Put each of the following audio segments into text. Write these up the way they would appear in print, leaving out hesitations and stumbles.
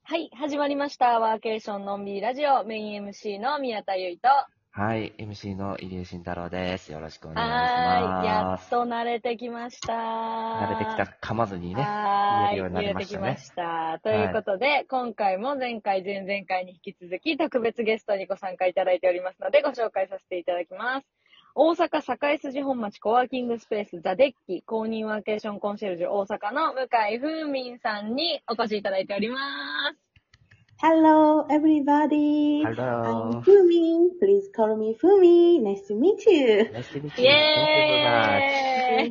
はい、始まりました。ワーケーションのんびりラジオ、メイン MC の宮田ゆいと。 はい、MC の入江慎太郎です。よろしくお願いしやっます。 と慣れてきました。 慣れてきた、噛まずにね、言えるようになり揺れてきまましたね。 した。というはい。 ことで、今回も前回、前々回に引き続き特別ゲストにご参加いただいておりますので、ご紹介させていただきます。大阪堺筋本町コワーキングスペースザデッキ公認ワーケーションコンシェルジュ大阪の向井風民さんにお越しいただいております。 Hello, everybody. I'm Hello. Fumi. Please call me Fumi. Nice to meet you. Nice to meet イ you. Thank you very エーイ much.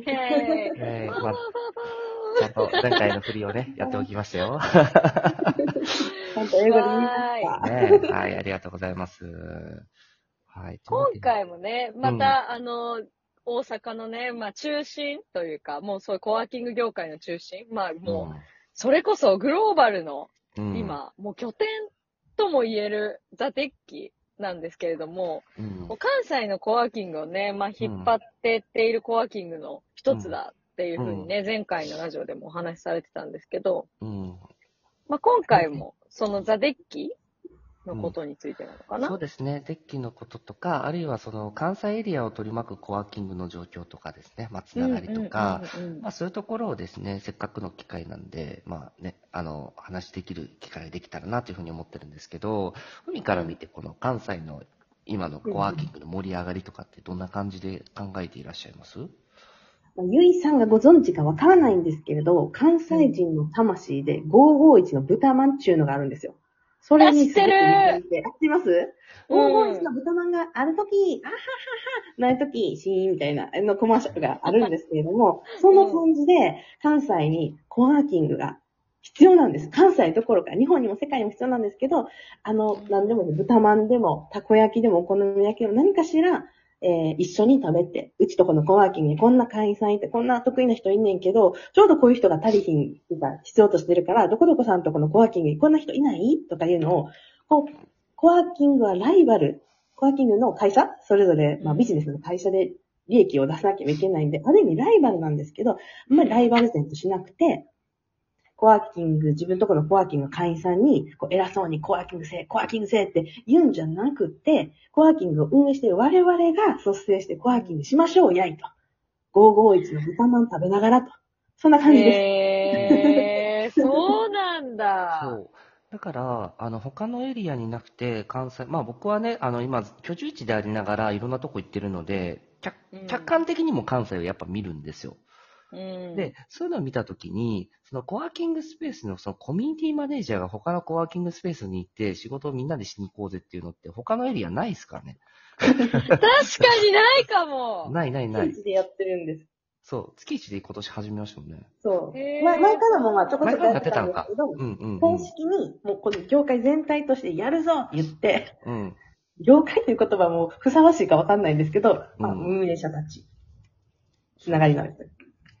ちゃんと前回の振りをね、やっておきましたよ。 ちゃんと英語で言いました。 ね、はい、ありがとうございます。はい。 今回もね、また、大阪のね、中心というか、もうそういうコワーキング業界の中心、もう、それこそグローバルの、今、もう拠点とも言えるザ・テッキなんですけれども、もう関西のコワーキングをね、引っ張ってっているコワーキングの一つだっていうふうにね、前回のラジオでもお話しされてたんですけど、今回もそのザ・デッキのことについてなのかな、 そうですね。デッキのこととか、あるいはその関西エリアを取り巻くコワーキングの状況とかですね、つながりとか、そういうところをですね、せっかくの機会なんで、話できる機会ができたらなというふうに思ってるんですけど、海から見てこの関西の今のコワーキングの盛り上がりとかってどんな感じで考えていらっしゃいます？ ゆいさんがご存知かわからないんですけれど、関西人の魂で551の豚まんっていうのがあるんですよ。それにすごく似ていて、知ってます？ 551 の豚まんがあるとき、あははは、ないとき、シーンみたいなコマーシャルがあるんですけれども、その感じで関西にコワーキングが必要なんです。関西どころか、日本にも世界にも必要なんですけど、何でもね、豚まんでも、たこ焼きでも、お好み焼きでも何かしら、一緒に食べて、うちとこのコワーキングにこんな会員さんいて、こんな得意な人いんねんけど、ちょうどこういう人が足りひん、必要としてるから、どこどこさんとこのコワーキングにこんな人いないとかいうのを、コワーキングはライバル、コワーキングの会社それぞれ、ビジネスの会社で利益を出さなきゃいけないんで、ある意味ライバルなんですけど、あんまりライバル戦としなくて、コワーキング、自分とこのコワーキングの会員さんに、偉そうにコワーキングせえって言うんじゃなくて、コワーキングを運営している我々が率先してコワーキングしましょうやいと。551の豚まん食べながらと。そんな感じです。 そうなんだ。 そう。だから、他のエリアになくて、関西、僕はね、今、居住地でありながら、いろんなとこ行ってるので、客観的にも関西をやっぱ見るんですよ。で、そういうのを見たときに、そのコワーキングスペースのそのコミュニティマネージャーが他のコワーキングスペースに行って仕事をみんなでしに行こうぜっていうのって他のエリアないですからね。 確かにないかも。 ない。 月一でやってるんです。 そう、月一で今年始めましたもんね。 そう。前からもちょこちょこやってたんですけど、正式にもうこの業界全体としてやるぞって言って、業界という言葉もふさわしいかわかんないんですけど、運営者たち、つながりなんです。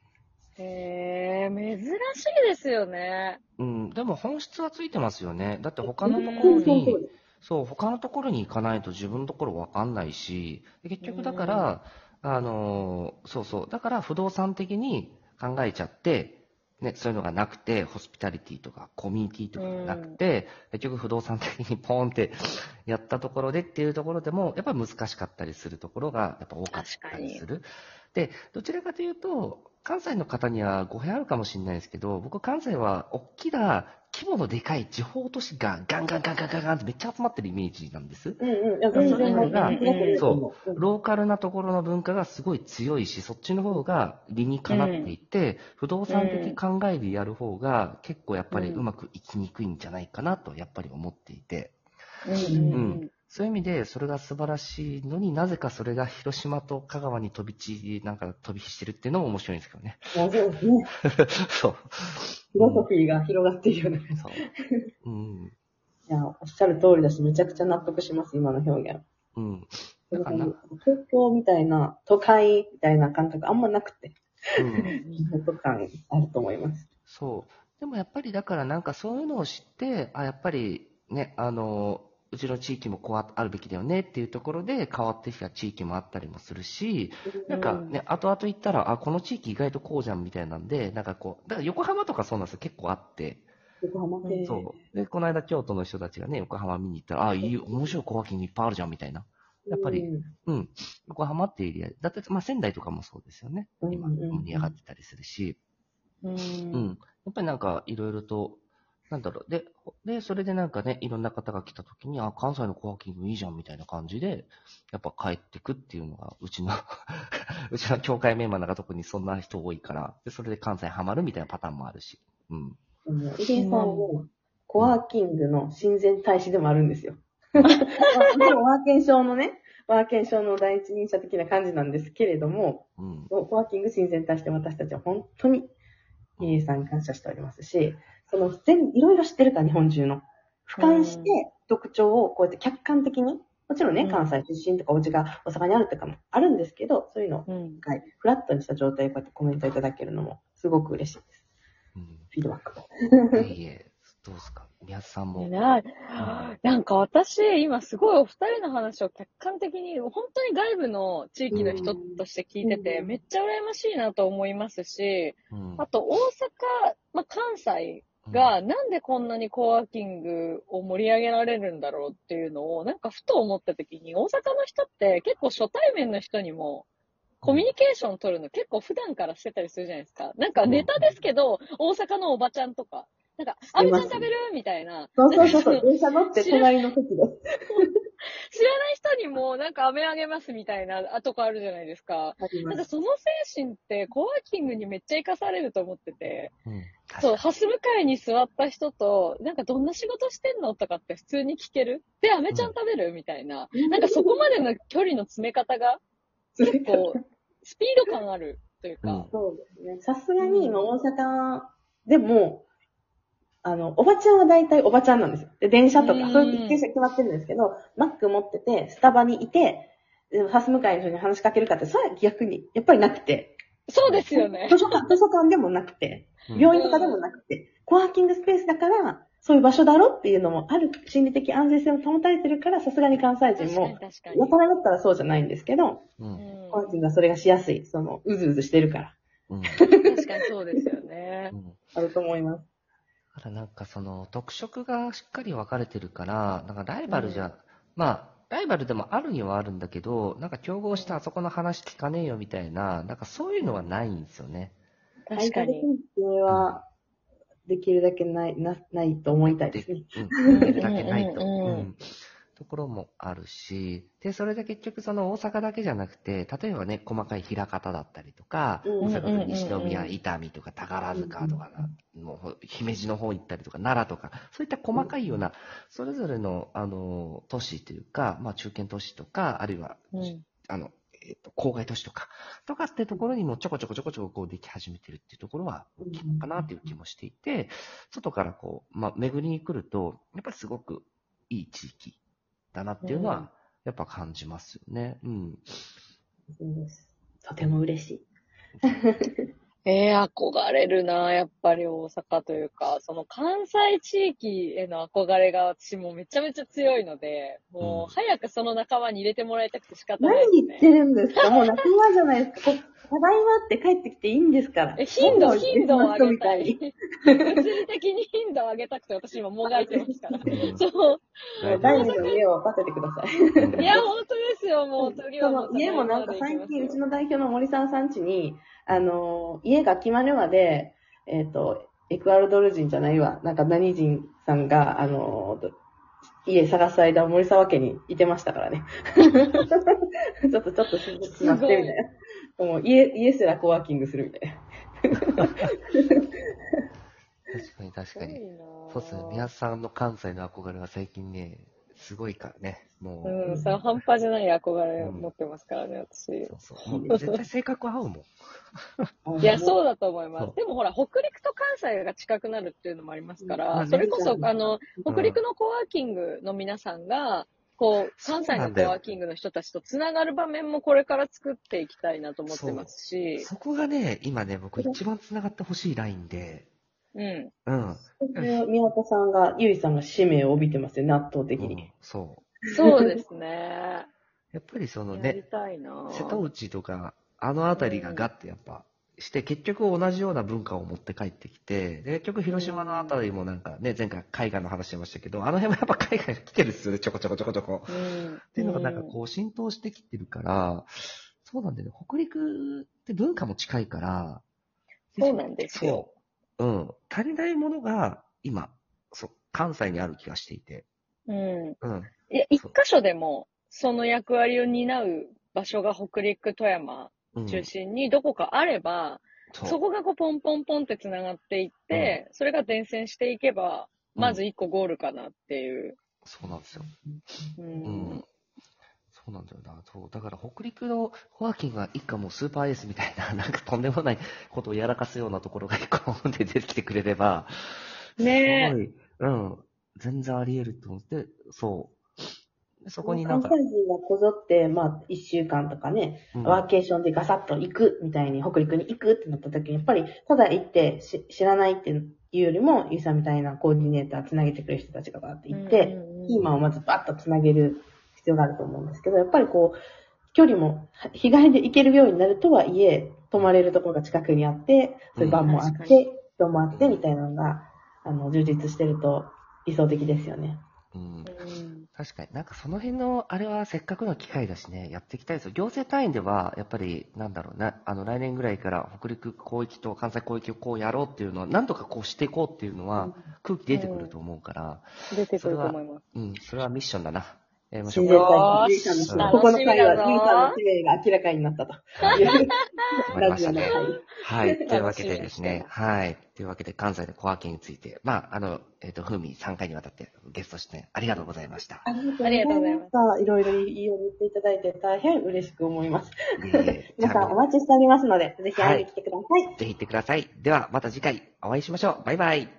珍しいですよね。 でも本質はついてますよね。だって他のところに、他のところに行かないと自分のところわかんないし、結局だから、だから不動産的に考えちゃって、ね、そういうのがなくて、ホスピタリティとかコミュニティとかがなくて、結局不動産的にポーンってやったところでっていうところでも、やっぱり難しかったりするところがやっぱ多かったりする。で、どちらかというと、関西の方には語弊あるかもしれないですけど、僕関西は大きな規模のでかい地方都市がガンガンってめっちゃ集まってるイメージなんです。それぞれが、ローカルなところの文化がすごい強いし、そっちの方が理にかなっていて、不動産的考えでやる方が結構やっぱりうまくいきにくいんじゃないかなとやっぱり思っていて。そういう意味で、それが素晴らしいのになぜかそれが広島と香川に飛び火してるっていうのも面白いんですけどね。 そうですね。 そう。 フィロソフィーが広がっているよね。そう。いや、おっしゃる通りだし、めちゃくちゃ納得します、今の表現。だから東京みたいな、都会みたいな感覚あんまなくて、納得感あると思います。 そう。でもやっぱりだからそういうのを知って、やっぱりね、うちの地域もこうあるべきだよねっていうところで変わってきた地域もあったりもするし、後々言ったら、この地域意外とこうじゃんみたいなんで、だから横浜とかそうなんですよ、結構あって。 横浜で。 そう。で、この間京都の人たちがね、横浜見に行ったら、面白いコワーキングいっぱいあるじゃん、みたいな。やっぱり、横浜っていうエリア、だって、仙台とかもそうですよね。今、盛り上がってたりするし。やっぱりなんか、いろいろと、なんだろう。で、それでなんかね、いろんな方が来た時に、関西のコワーキングいいじゃん、みたいな感じで、やっぱ帰ってくっていうのが、うちの協会メンバーなんか特にそんな人多いから、で、それで関西ハマるみたいなパターンもあるし。 入江さんも、コワーキングの親善大使でもあるんですよ。ワーケンショーの第一人者的な感じなんですけれども、コワーキング親善大使で私たちは本当に入江さんに感謝しておりますし、いろいろ知ってるから、日本中の。俯瞰して特徴をこうやって客観的に、もちろんね、関西出身とかお家が大阪にあるとかもあるんですけど、そういうのを一回フラットにした状態でこうやってコメントいただけるのもすごく嬉しいです。フィードバック。 いえ、どうですか宮津さんも。 なんか私、今すごいお二人の話を客観的に、本当に外部の地域の人として聞いてて、めっちゃ羨ましいなと思いますし、あと大阪、関西がなんでこんなにコワーキングを盛り上げられるんだろうっていうのを、なんかふと思った時に、大阪の人って結構初対面の人にも、コミュニケーション取るの結構普段からしてたりするじゃないですか。なんかネタですけど、大阪のおばちゃんとか、なんか、あめちゃん食べるみたいな。 そう。電車乗って隣の席で。 知らない人にも、なんか飴あげますみたいなとこあるじゃないですか。なんかその精神って、コワーキングにめっちゃ活かされると思ってて。そう、ハス向かいに座った人と、なんかどんな仕事してんのとかって普通に聞ける。で、飴ちゃん食べるみたいな。なんかそこまでの距離の詰め方が、結構、スピード感あるというか。 そうですね。さすがに今大阪でも、おばちゃんは大体おばちゃんなんですよ。で、電車とか、そういう電車決まってるんですけど、マック持ってて、スタバにいて、でも、ハス向かいの人に話しかけるかって、それは逆に、やっぱりなくて。 そうですよね。 図書館でもなくて、病院とかでもなくて、コワーキングスペースだから、そういう場所だろっていうのもある心理的安全性を保たれてるから、さすがに関西人も、大人だったらそうじゃないんですけど、コワーキングはそれがしやすい、うずうずしてるから。 確かにそうですよね。 あると思います。 だからなんか特色がしっかり分かれてるから、なんかライバルライバルでもあるにはあるんだけど、なんか競合してあそこの話聞かねえよみたいな、なんかそういうのはないんですよね。 確かに。 それは、できるだけないと思いたいですね。 できるだけないと。ところもあるし、で、それで結局大阪だけじゃなくて、例えばね、細かい枚方だったりとか、大阪の西宮、伊丹とか宝塚とか、もう姫路の方行ったりとか、奈良とか、そういった細かいような、それぞれの、都市というか、中堅都市とか、あるいは、郊外都市とかってところにもちょこちょここうでき始めてるっていうところは大きいのかなっていう気もしていて、外からこう、巡りに来ると、やっぱりすごくいい地域だなっていうのは、やっぱ感じますよね。 そうです。とても嬉しい。 憧れるな、やっぱり大阪というか、その関西地域への憧れが私もめちゃめちゃ強いので、もう早くその仲間に入れてもらいたくて仕方ないですね。 何言ってるんですか？もう仲間じゃないですか。ただいまって帰ってきていいんですから。 頻度を上げたい。物理的に頻度を上げたくて私今もがいてますから。そう。 第二の家を建ててください。 いや、本当ですよ、もう次はもう。 家もなんか最近、うちの代表の森さん家に、家が決まるまで、エクアドル人じゃないわ、なんか何人さんが、家探す間、森沢家にいてましたからね。ちょっとしまってみたいな。もう家すらコワーキングするみたいな。 確かに。そうっすね。宮さんの関西の憧れは最近ね、すごいからね。もう。それ半端じゃない憧れを持ってますからね、私。 そう。絶対性格合うもん。いや、そうだと思います。でもほら、北陸と関西が近くなるっていうのもありますから、それこそ、北陸のコワーキングの皆さんが、関西のコワーキングの人たちとつながる場面もこれから作っていきたいなと思ってますし。 そこがね、今ね、僕一番つながってほしいラインで。 宮田さんが、ゆいさんが使命を帯びてますよね、圧倒的に。 そうですね。 やっぱりやりたいな。 瀬戸内とか、あのあたりがガッてやっぱして結局同じような文化を持って帰ってきて、で結局広島のあたりもなんかね、前回海外の話してましたけど、あの辺もやっぱ海外来てるんですよね、ちょこちょこちょこちょこ。っていうのがなんかこう浸透してきてるから、そうなんだよね。北陸って文化も近いから、 そうなんですよ。 そう。うん。足りないものが今、関西にある気がしていて。 うん。 うん。 いや、一箇所でも、その役割を担う場所が北陸、富山中心にどこかあれば、そこがこうポンポンポンって繋がっていって、それが伝染していけば、まず一個ゴールかなっていう。 そうなんですよ。そうなんだよな。そう。だから北陸のホアキンが一家もうスーパーエースみたいな、なんかとんでもないことをやらかすようなところが一個で出てきてくれれば、 ねえ。 すごい、全然あり得ると思って、そう。そこになんか。 関西人がこぞって、一週間とかね、ワーケーションでガサッと行くみたいに、北陸に行くってなった時に、やっぱり、ただ行って知らないっていうよりも、ゆうさんみたいなコーディネーターつなげてくれる人たちがバーって行って、キーマンをまずバッとつなげる必要があると思うんですけど、やっぱりこう、距離も日帰りで行けるようになるとはいえ、泊まれるところが近くにあって、そういう晩もあって、人もあってみたいなのが、充実してると理想的ですよね。 確かに。なんかその辺の、あれはせっかくの機会だしね、やっていきたいですよ。行政単位では、やっぱり、なんだろうな、来年ぐらいから北陸広域と関西広域をこうやろうっていうのは、なんとかこうしていこうっていうのは、空気出てくると思うから、 出てくると思います。 それはミッションだな。 やりましょうか。ゆいさんの、ここの回は、ゆいさんの使命が明らかになったと。 ラジオの回。はい。というわけでですね、はい。というわけで、関西のコワーキングについて、ふうみ3回にわたってゲスト出演ありがとうございました。 ありがとうございました。いろいろいいように言っていただいて大変嬉しく思います。皆さんお待ちしておりますので、ぜひ会いに来てください。 ぜひ行ってください。では、また次回お会いしましょう。バイバイ。